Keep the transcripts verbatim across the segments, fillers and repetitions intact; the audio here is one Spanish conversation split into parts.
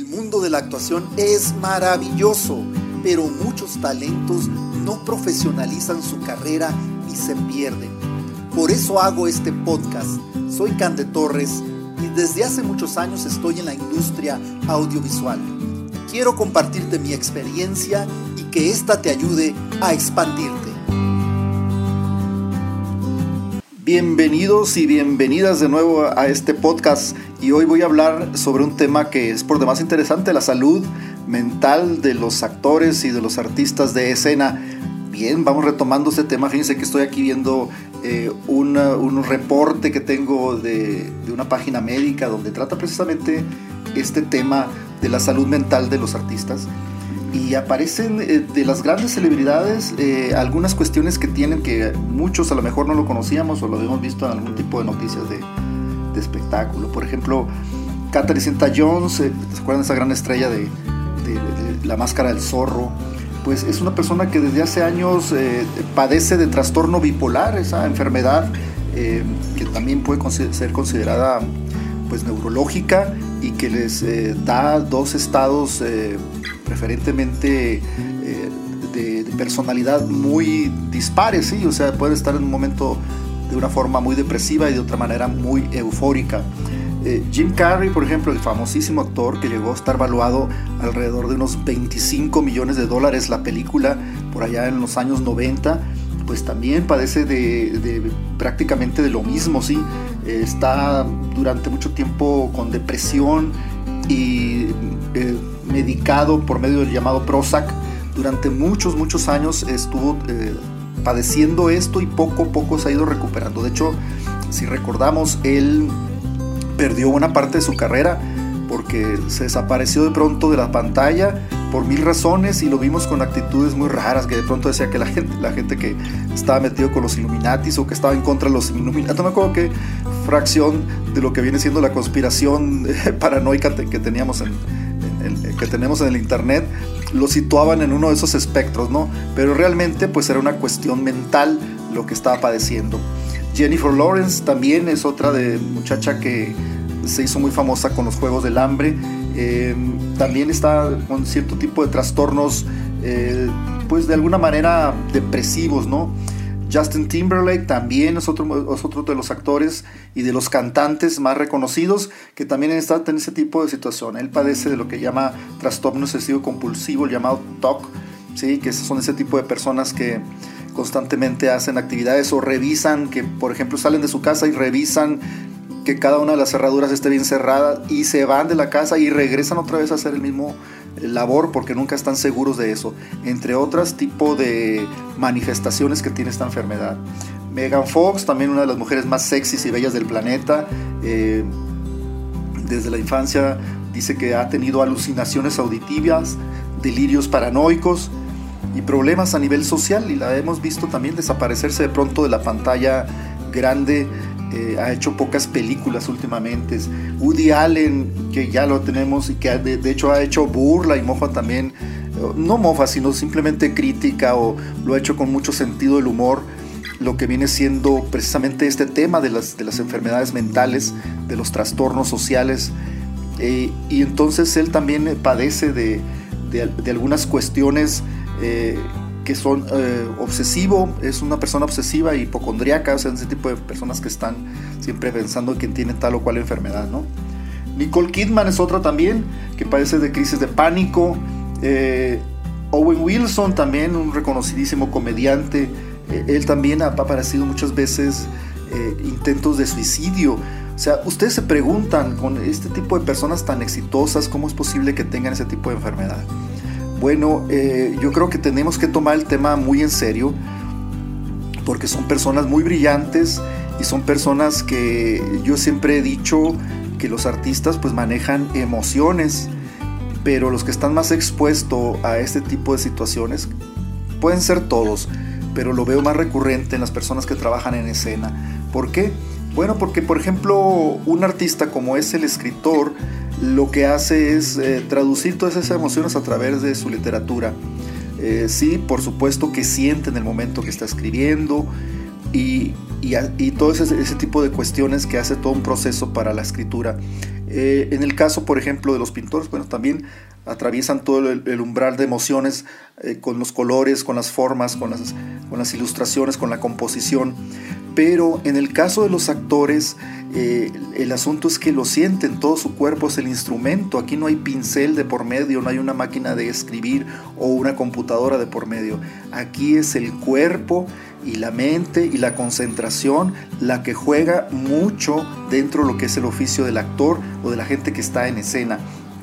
El mundo de la actuación es maravilloso, pero muchos talentos no profesionalizan su carrera y se pierden. Por eso hago este podcast. Soy Cande Torres y desde hace muchos años estoy en la industria audiovisual. Quiero compartirte mi experiencia y que ésta te ayude a expandirte. Bienvenidos y bienvenidas de nuevo a este podcast, y hoy voy a hablar sobre un tema que es por demás interesante: la salud mental de los actores y de los artistas de escena. Bien, vamos retomando este tema. Fíjense que estoy aquí viendo eh, una, un reporte que tengo de, de una página médica donde trata precisamente este tema de la salud mental de los artistas. Y aparecen eh, de las grandes celebridades eh, algunas cuestiones que tienen, que muchos a lo mejor no lo conocíamos o lo habíamos visto en algún tipo de noticias de, de espectáculo. Por ejemplo, Catherine Zeta-Jones, eh, ¿se acuerdan de esa gran estrella de, de, de, de La Máscara del Zorro? Pues es una persona que desde hace años eh, padece de trastorno bipolar, esa enfermedad eh, que también puede ser considerada pues neurológica, y que les eh, da dos estados eh, preferentemente eh, de, de personalidad muy dispares, ¿sí? O sea, puede estar en un momento de una forma muy depresiva y de otra manera muy eufórica. Eh, Jim Carrey, por ejemplo, el famosísimo actor que llegó a estar valuado alrededor de unos veinticinco millones de dólares la película por allá en los años noventa, pues también padece de, de prácticamente de lo mismo, ¿sí? Eh, está durante mucho tiempo con depresión y eh, medicado por medio del llamado Prozac. Durante muchos, muchos años estuvo eh, padeciendo esto y poco a poco se ha ido recuperando. De hecho, si recordamos, él perdió buena parte de su carrera porque se desapareció de pronto de la pantalla por mil razones, y lo vimos con actitudes muy raras, que de pronto decía que la gente, la gente que estaba metido con los Illuminatis o que estaba en contra de los Illuminatis, no me acuerdo qué fracción de lo que viene siendo la conspiración eh, paranoica que teníamos en, en, en, que tenemos en el internet, lo situaban en uno de esos espectros, ¿no? Pero realmente pues era una cuestión mental lo que estaba padeciendo. Jennifer Lawrence también es otra de muchacha que se hizo muy famosa con los Juegos del Hambre. Eh, también está con cierto tipo de trastornos, eh, pues de alguna manera depresivos, ¿no? Justin Timberlake también es otro, es otro de los actores y de los cantantes más reconocidos que también está en ese tipo de situación. Él padece de lo que llama trastorno obsesivo compulsivo, llamado T O C, ¿sí? Que son ese tipo de personas que constantemente hacen actividades o revisan, que por ejemplo salen de su casa y revisan que cada una de las cerraduras esté bien cerrada, y se van de la casa y regresan otra vez a hacer el mismo labor porque nunca están seguros de eso, entre otras tipo de manifestaciones que tiene esta enfermedad. Megan Fox, también una de las mujeres más sexys y bellas del planeta, eh, desde la infancia dice que ha tenido alucinaciones auditivas, delirios paranoicos y problemas a nivel social, y la hemos visto también desaparecerse de pronto de la pantalla grande. Eh, ha hecho pocas películas últimamente. Woody Allen, que ya lo tenemos y que de, de hecho ha hecho burla y mofa también, no mofa sino simplemente crítica, o lo ha hecho con mucho sentido del humor, lo que viene siendo precisamente este tema de las, de las enfermedades mentales, de los trastornos sociales. Eh, y entonces él también padece de, de, de algunas cuestiones eh, que son eh, obsesivo, es una persona obsesiva, hipocondríaca, o sea, ese tipo de personas que están siempre pensando que tienen tal o cual enfermedad, ¿no? Nicole Kidman es otra también que padece de crisis de pánico. eh, Owen Wilson también, un reconocidísimo comediante, eh, él también ha aparecido muchas veces eh, intentos de suicidio. O sea, ustedes se preguntan, con este tipo de personas tan exitosas, ¿cómo es posible que tengan ese tipo de enfermedad? Bueno, eh, yo creo que tenemos que tomar el tema muy en serio, porque son personas muy brillantes y son personas que yo siempre he dicho que los artistas pues manejan emociones, pero los que están más expuestos a este tipo de situaciones pueden ser todos, pero lo veo más recurrente en las personas que trabajan en escena. ¿Por qué? Bueno, porque por ejemplo un artista como es el escritor, lo que hace es eh, traducir todas esas emociones a través de su literatura. Eh, sí, por supuesto que siente en el momento que está escribiendo, y, y, y todo ese, ese tipo de cuestiones que hace todo un proceso para la escritura. Eh, en el caso, por ejemplo, de los pintores, bueno, también atraviesan todo el, el umbral de emociones eh, con los colores, con las formas, con las, con las ilustraciones, con la composición. Pero en el caso de los actores, eh, el asunto es que lo sienten, todo su cuerpo es el instrumento. Aquí no hay pincel de por medio, no hay una máquina de escribir o una computadora de por medio. Aquí es el cuerpo y la mente y la concentración la que juega mucho dentro de lo que es el oficio del actor o de la gente que está en escena.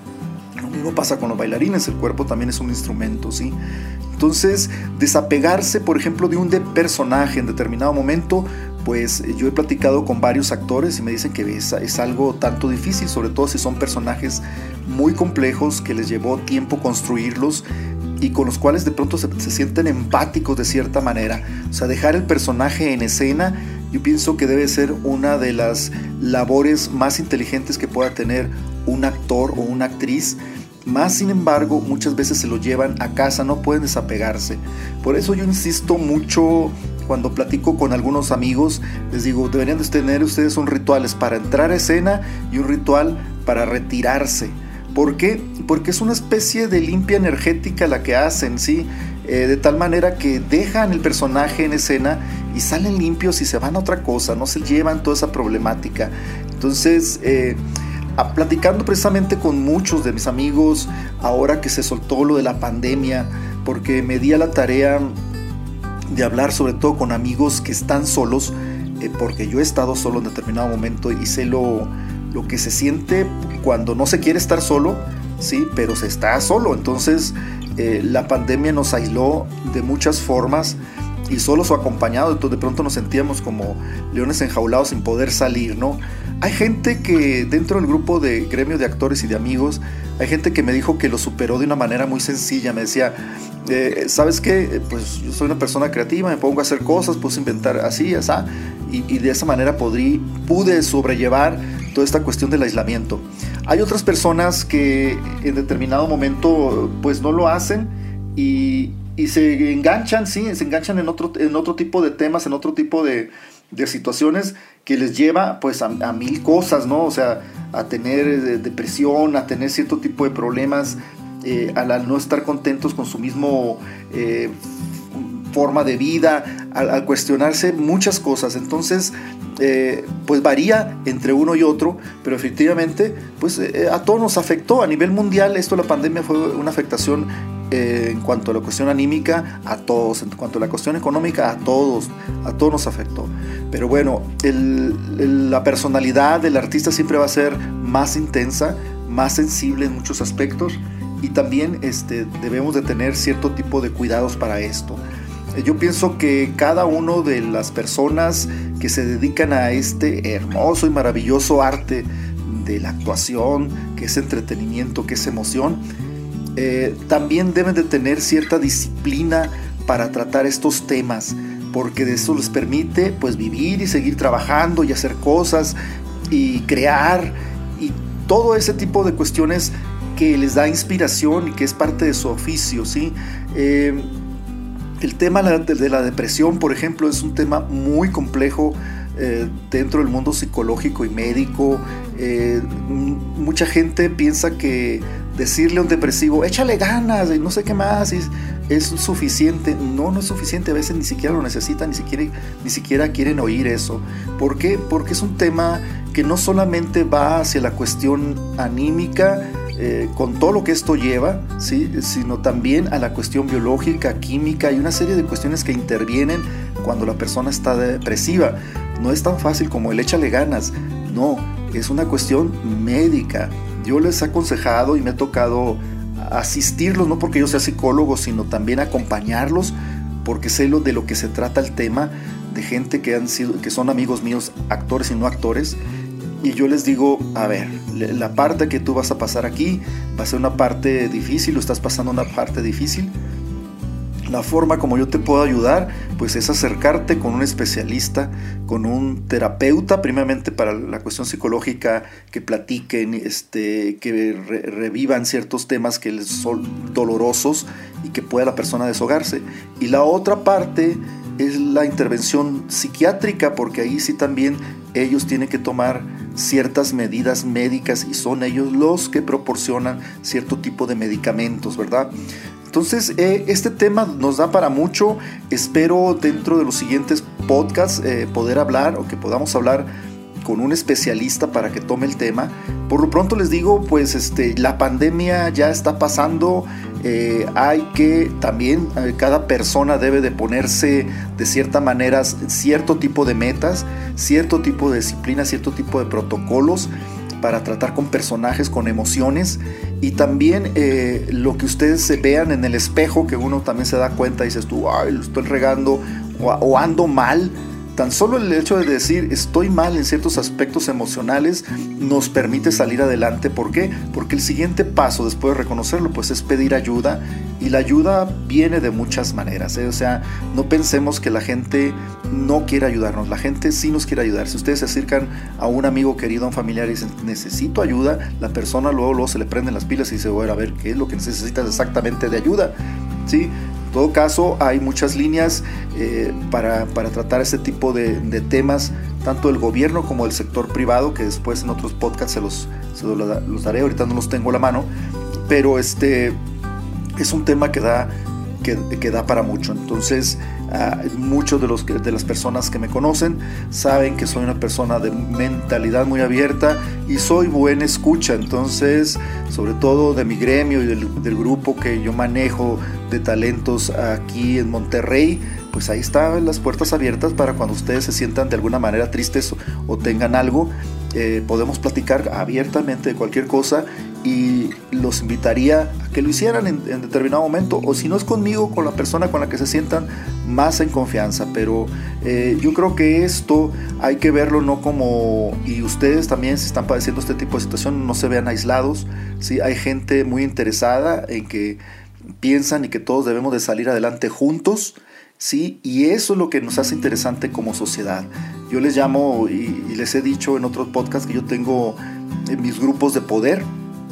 Lo mismo pasa con los bailarines, el cuerpo también es un instrumento, ¿sí? Entonces, desapegarse, por ejemplo, de un de personaje en determinado momento, pues yo he platicado con varios actores y me dicen que es, es algo tanto difícil, sobre todo si son personajes muy complejos que les llevó tiempo construirlos y con los cuales de pronto se, se sienten empáticos de cierta manera. O sea, dejar el personaje en escena, yo pienso que debe ser una de las labores más inteligentes que pueda tener un actor o una actriz. Más sin embargo, muchas veces se lo llevan a casa, no pueden desapegarse. Por eso yo insisto mucho cuando platico con algunos amigos, les digo, deberían de tener ustedes un rituales para entrar a escena y un ritual para retirarse. ¿Por qué? Porque es una especie de limpia energética la que hacen, ¿sí? Eh, de tal manera que dejan el personaje en escena y salen limpios y se van a otra cosa, no se llevan toda esa problemática. Entonces, eh, a, platicando precisamente con muchos de mis amigos, ahora que se soltó lo de la pandemia, porque me di a la tarea de hablar sobre todo con amigos que están solos, eh, porque yo he estado solo en determinado momento y sé lo, lo que se siente cuando no se quiere estar solo, sí, pero se está solo. Entonces eh, la pandemia nos aisló de muchas formas y solos o acompañados, entonces de pronto nos sentíamos como leones enjaulados sin poder salir, ¿no? Hay gente que dentro del grupo de gremio de actores y de amigos, hay gente que me dijo que lo superó de una manera muy sencilla. Me decía, eh, ¿sabes qué? Pues yo soy una persona creativa, me pongo a hacer cosas, puedo inventar así, así, y, y de esa manera podrí, pude sobrellevar toda esta cuestión del aislamiento. Hay otras personas que en determinado momento pues no lo hacen y, y se enganchan, sí, se enganchan en otro, en otro tipo de temas, en otro tipo de, de situaciones que les lleva pues a, a mil cosas, ¿no? O sea, a tener eh, depresión, a tener cierto tipo de problemas, eh, al, al no estar contentos con su mismo eh, forma de vida, al, al cuestionarse muchas cosas. Entonces, eh, pues varía entre uno y otro, pero efectivamente, pues eh, a todos nos afectó a nivel mundial. Esto, la pandemia, fue una afectación eh, en cuanto a la cuestión anímica, a todos, en cuanto a la cuestión económica, a todos, a todos nos afectó. Pero bueno, el, el, la personalidad del artista siempre va a ser más intensa, más sensible en muchos aspectos, y también este, debemos de tener cierto tipo de cuidados para esto. Yo pienso que cada uno de las personas que se dedican a este hermoso y maravilloso arte de la actuación, que es entretenimiento, que es emoción, eh, también deben de tener cierta disciplina para tratar estos temas, porque de eso les permite pues vivir y seguir trabajando y hacer cosas y crear y todo ese tipo de cuestiones que les da inspiración y que es parte de su oficio, ¿sí? Eh, el tema de la depresión, por ejemplo, es un tema muy complejo eh, dentro del mundo psicológico y médico. Eh, mucha gente piensa que decirle a un depresivo, échale ganas y no sé qué más, es, es suficiente. No, no es suficiente, a veces ni siquiera lo necesitan, ni siquiera, ni siquiera quieren oír eso. ¿Por qué? Porque es un tema que no solamente va hacia la cuestión anímica, Eh, con todo lo que esto lleva, ¿sí? Sino también a la cuestión biológica, química y una serie de cuestiones que intervienen cuando la persona está depresiva. No es tan fácil como el échale ganas, no, es una cuestión médica. Yo les he aconsejado y me ha tocado asistirlos, no porque yo sea psicólogo, sino también acompañarlos, porque sé lo de lo que se trata el tema, de gente que, han sido, que son amigos míos, actores y no actores. Y yo les digo, a ver, la parte que tú vas a pasar aquí va a ser una parte difícil, o estás pasando una parte difícil. La forma como yo te puedo ayudar, pues es acercarte con un especialista, con un terapeuta, primeramente para la cuestión psicológica, que platiquen, este, que re- revivan ciertos temas que les son dolorosos y que pueda la persona deshogarse. Y la otra parte es la intervención psiquiátrica, porque ahí sí también ellos tienen que tomar ciertas medidas médicas y son ellos los que proporcionan cierto tipo de medicamentos, ¿verdad? Entonces, eh, este tema nos da para mucho. Espero dentro de los siguientes podcasts eh, poder hablar o que podamos hablar con un especialista para que tome el tema. Por lo pronto les digo, pues este, la pandemia ya está pasando. Eh, hay que también, eh, cada persona debe de ponerse de cierta manera cierto tipo de metas, cierto tipo de disciplina, cierto tipo de protocolos para tratar con personajes, con emociones, y también eh, lo que ustedes se vean en el espejo, que uno también se da cuenta y dices tú, ay, lo estoy regando o, o ando mal. Tan solo el hecho de decir estoy mal en ciertos aspectos emocionales nos permite salir adelante. ¿Por qué? Porque el siguiente paso después de reconocerlo pues es pedir ayuda, y la ayuda viene de muchas maneras, ¿eh? O sea, no pensemos que la gente no quiere ayudarnos, la gente sí nos quiere ayudar. Si ustedes se acercan a un amigo querido, a un familiar y dicen necesito ayuda, la persona luego, luego se le prenden las pilas y dice, bueno, a ver, ¿qué es lo que necesitas exactamente de ayuda? ¿Sí? En todo caso, hay muchas líneas eh, para, para tratar este tipo de, de temas, tanto del gobierno como del sector privado, que después en otros podcasts se los, se los, los daré, ahorita no los tengo a la mano, pero este es un tema que da, que, que da para mucho. Entonces, uh, muchos de, los, de las personas que me conocen saben que soy una persona de mentalidad muy abierta y soy buena escucha. Entonces, sobre todo de mi gremio y del, del grupo que yo manejo de talentos aquí en Monterrey, pues ahí están las puertas abiertas para cuando ustedes se sientan de alguna manera tristes o, o tengan algo, eh, podemos platicar abiertamente de cualquier cosa, y los invitaría a que lo hicieran en, en determinado momento, o si no es conmigo, con la persona con la que se sientan más en confianza. Pero eh, yo creo que esto hay que verlo no como, y ustedes también, si están padeciendo este tipo de situación, no se vean aislados, ¿sí? Hay gente muy interesada en que piensan y que todos debemos de salir adelante juntos, ¿sí? Y eso es lo que nos hace interesante como sociedad. Yo les llamo, y, y les he dicho en otros podcasts, que yo tengo en mis grupos de poder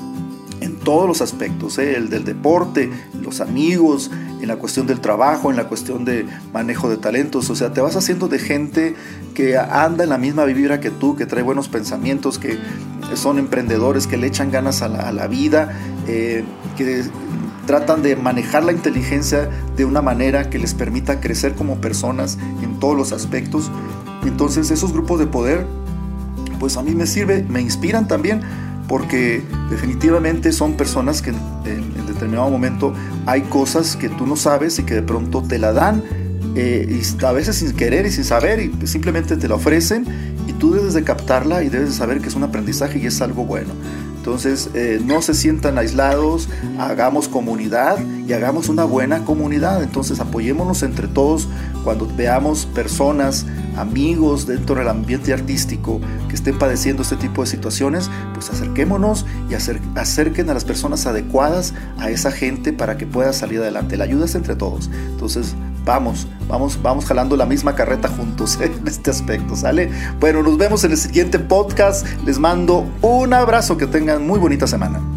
en todos los aspectos, ¿eh? El del deporte, los amigos, en la cuestión del trabajo, en la cuestión de manejo de talentos. O sea, te vas haciendo de gente que anda en la misma vibra que tú, que trae buenos pensamientos, que son emprendedores, que le echan ganas a la, a la vida, eh, que tratan de manejar la inteligencia de una manera que les permita crecer como personas en todos los aspectos. Entonces, esos grupos de poder, pues a mí me sirve, me inspiran también, porque definitivamente son personas que en, en determinado momento hay cosas que tú no sabes y que de pronto te la dan, eh, y a veces sin querer y sin saber, y simplemente te la ofrecen, y tú debes de captarla y debes de saber que es un aprendizaje y es algo bueno. Entonces, eh, no se sientan aislados, hagamos comunidad y hagamos una buena comunidad. Entonces, apoyémonos entre todos. Cuando veamos personas, amigos dentro del ambiente artístico que estén padeciendo este tipo de situaciones, pues acerquémonos y acer- acerquen a las personas adecuadas a esa gente para que pueda salir adelante. La ayuda es entre todos. Entonces, vamos, vamos, vamos jalando la misma carreta juntos, ¿eh? En este aspecto, ¿sale? Bueno, nos vemos en el siguiente podcast. Les mando un abrazo, que tengan muy bonita semana.